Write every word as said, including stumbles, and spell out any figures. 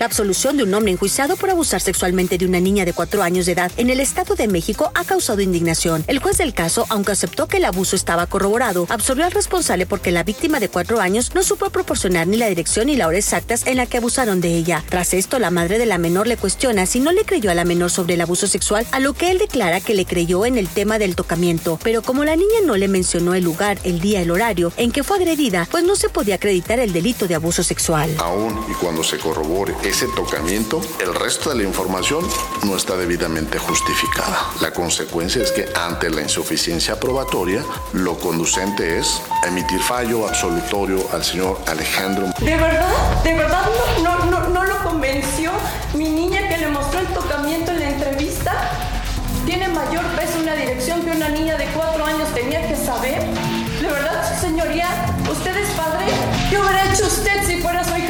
La absolución de un hombre enjuiciado por abusar sexualmente de una niña de cuatro años de edad en el Estado de México ha causado indignación. El juez del caso, aunque aceptó que el abuso estaba corroborado, absolvió al responsable porque la víctima de cuatro años no supo proporcionar ni la dirección ni la hora exactas en la que abusaron de ella. Tras esto, la madre de la menor le cuestiona si no le creyó a la menor sobre el abuso sexual, a lo que él declara que le creyó en el tema del tocamiento, pero como la niña no le mencionó el lugar, el día, el horario en que fue agredida, pues no se podía acreditar el delito de abuso sexual. Aún y cuando se corrobore ese tocamiento, el resto de la información no está debidamente justificada. La consecuencia es que ante la insuficiencia probatoria, lo conducente es emitir fallo absolutorio al señor Alejandro. ¿De verdad? ¿De verdad no, no, no, no lo convenció mi niña que le mostró el tocamiento en la entrevista? ¿Tiene mayor peso una dirección que una niña de cuatro años tenía que saber? ¿De verdad, su señoría? ¿Usted es padre? ¿Qué hubiera hecho usted si fuera su